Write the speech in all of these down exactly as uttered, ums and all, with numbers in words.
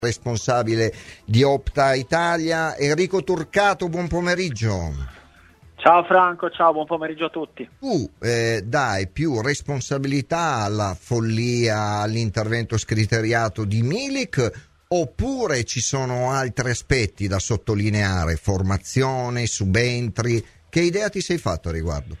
responsabile di Opta Italia. Enrico Turcato, buon pomeriggio. Ciao Franco, ciao, buon pomeriggio a tutti. Tu eh, dai più responsabilità alla follia, all'intervento scriteriato di Milik, oppure ci sono altri aspetti da sottolineare, formazione, subentri? Che idea ti sei fatto a riguardo?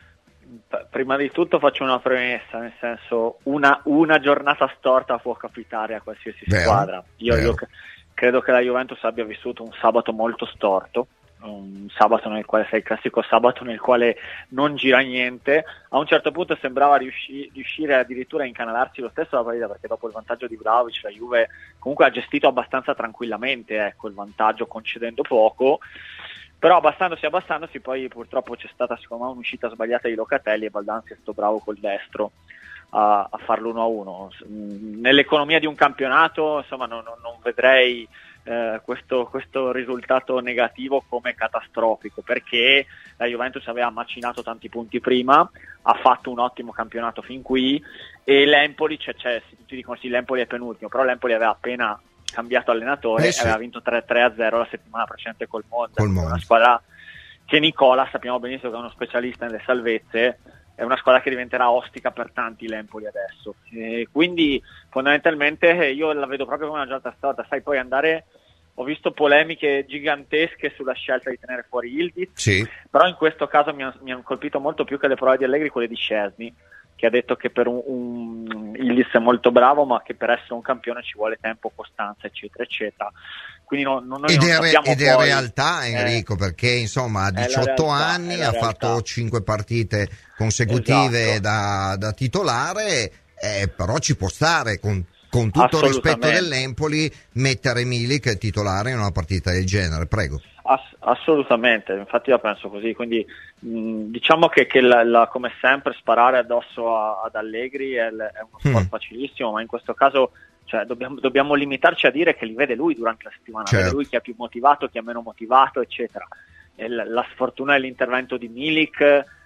Prima di tutto faccio una premessa, nel senso una, una giornata storta può capitare a qualsiasi Vero, squadra. Io, vero. io credo che la Juventus abbia vissuto un sabato molto storto, un sabato nel quale sei il classico sabato nel quale non gira niente. A un certo punto sembrava riusci, riuscire addirittura a incanalarsi lo stesso la partita, perché dopo il vantaggio di Vlahovic la Juve comunque ha gestito abbastanza tranquillamente, ecco, il vantaggio, concedendo poco. Però abbassandosi abbassandosi poi purtroppo c'è stata secondo me un'uscita sbagliata di Locatelli e Baldanzi è stato bravo col destro a, a farlo uno a uno. Nell'economia di un campionato insomma non, non vedrei eh, questo, questo risultato negativo come catastrofico, perché la Juventus aveva macinato tanti punti prima, ha fatto un ottimo campionato fin qui, e l'Empoli, c'è, c'è, tutti dicono sì, l'Empoli è penultimo, però l'Empoli aveva appena cambiato allenatore, eh sì. aveva vinto tre a zero la settimana precedente col Monza, Col Monza. Una squadra che Nicola, sappiamo benissimo che è uno specialista nelle salvezze, è una squadra che diventerà ostica per tanti l'Empoli adesso, e quindi fondamentalmente io la vedo proprio come una giornata storta. Sai, poi andare, ho visto polemiche gigantesche sulla scelta di tenere fuori Ildiz, Sì. però in questo caso mi hanno colpito molto più che le parole di Allegri quelle di Szczesny, che ha detto che per un, un Ildiz è molto bravo, ma che per essere un campione ci vuole tempo, costanza, eccetera, eccetera. Quindi no, non, noi ed non è, sappiamo ed è poi, realtà, Enrico, eh, perché insomma a è la diciotto realtà, anni è la ha realtà. fatto cinque partite consecutive Esatto. da, da titolare, eh, però ci può stare, con, con tutto il rispetto Assolutamente. dell'Empoli, mettere Milik titolare in una partita del genere. Prego. Ass- assolutamente, infatti io penso così, quindi mh, diciamo che, che la, la, come sempre sparare addosso a, ad Allegri è, l- è uno sport Mm. facilissimo, ma in questo caso cioè, dobbiamo, dobbiamo limitarci a dire che li vede lui durante la settimana, Certo. vede lui chi è più motivato, chi è meno motivato, eccetera. E l- la sfortuna dell'intervento di Milik,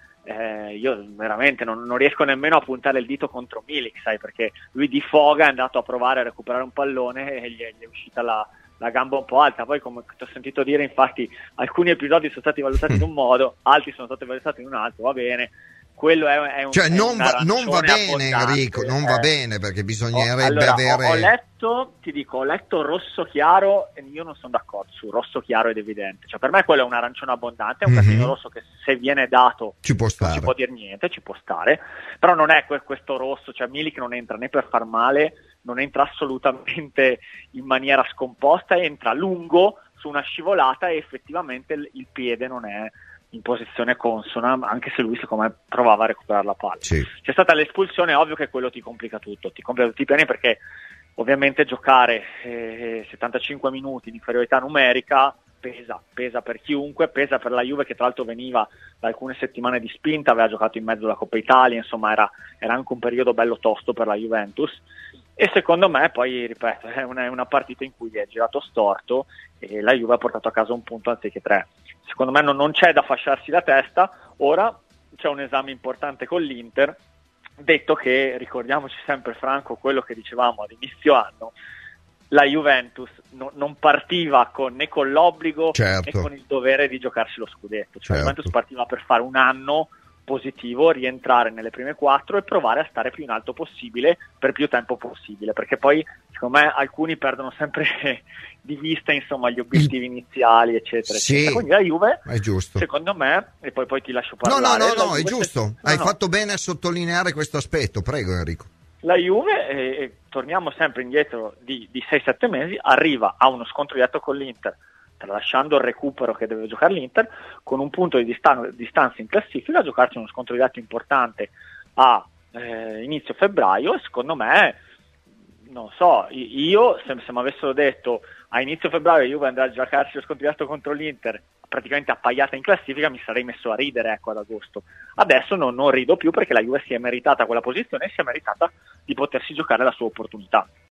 eh, io veramente non, non riesco nemmeno a puntare il dito contro Milik, sai, perché lui di foga è andato a provare a recuperare un pallone e gli è, gli è uscita la la gamba un po' alta. Poi, come ti ho sentito dire, infatti alcuni episodi sono stati valutati in un modo, altri sono stati valutati in un altro, va bene, quello è, è un Cioè è non un va, non va bene, abbondante. Enrico, non va eh. bene, perché Ho, bisognerebbe allora, avere... ho, ho letto, ti dico, ho letto rosso chiaro e io non sono d'accordo su rosso chiaro ed evidente. Cioè, per me quello è un arancione abbondante, è un Mhm. cartino rosso che se viene dato Ci può non stare. si può dire niente, ci può stare, però non è que- questo rosso, cioè Milik non entra né per far male, non entra assolutamente in maniera scomposta, entra lungo su una scivolata e effettivamente il, il piede non è in posizione consona, anche se lui secondo me provava a recuperare la palla. Sì. C'è stata l'espulsione, è ovvio che quello ti complica tutto, ti complica tutti i piani, perché ovviamente giocare eh, settantacinque minuti in inferiorità numerica pesa, pesa per chiunque, pesa per la Juve, che tra l'altro veniva da alcune settimane di spinta, aveva giocato in mezzo alla Coppa Italia, insomma era, era anche un periodo bello tosto per la Juventus, e secondo me poi, ripeto, è una, è una partita in cui è girato storto e la Juve ha portato a casa un punto anziché tre. Secondo me non, non c'è da fasciarsi la testa. Ora c'è un esame importante con l'Inter, detto che, ricordiamoci sempre Franco quello che dicevamo ad inizio anno, la Juventus no, non partiva con, né con l'obbligo Certo. né con il dovere di giocarsi lo scudetto, cioè Certo. la Juventus partiva per fare un anno positivo, rientrare nelle prime quattro e provare a stare più in alto possibile per più tempo possibile, perché poi secondo me alcuni perdono sempre di vista insomma gli obiettivi iniziali, eccetera, Sì, eccetera. Quindi la Juve, è giusto. secondo me, e poi, poi ti lascio No, parlare, no, no, la no, è Juve giusto. se- Hai no, no. fatto bene a sottolineare questo aspetto. Prego, Enrico. La Juve, eh, eh, torniamo sempre indietro di, di sei sette mesi, arriva a uno scontro diretto con l'Inter, tralasciando il recupero che deve giocare l'Inter, con un punto di distan- distanza in classifica, a giocarci uno scontro diretto importante a eh, inizio febbraio, e secondo me, non so, io se, se mi avessero detto a inizio febbraio Juve andrà a giocarsi lo scontro diretto contro l'Inter praticamente appaiata in classifica, mi sarei messo a ridere, ecco, ad agosto. Adesso non, non rido più, perché la Juve si è meritata quella posizione e si è meritata di potersi giocare la sua opportunità.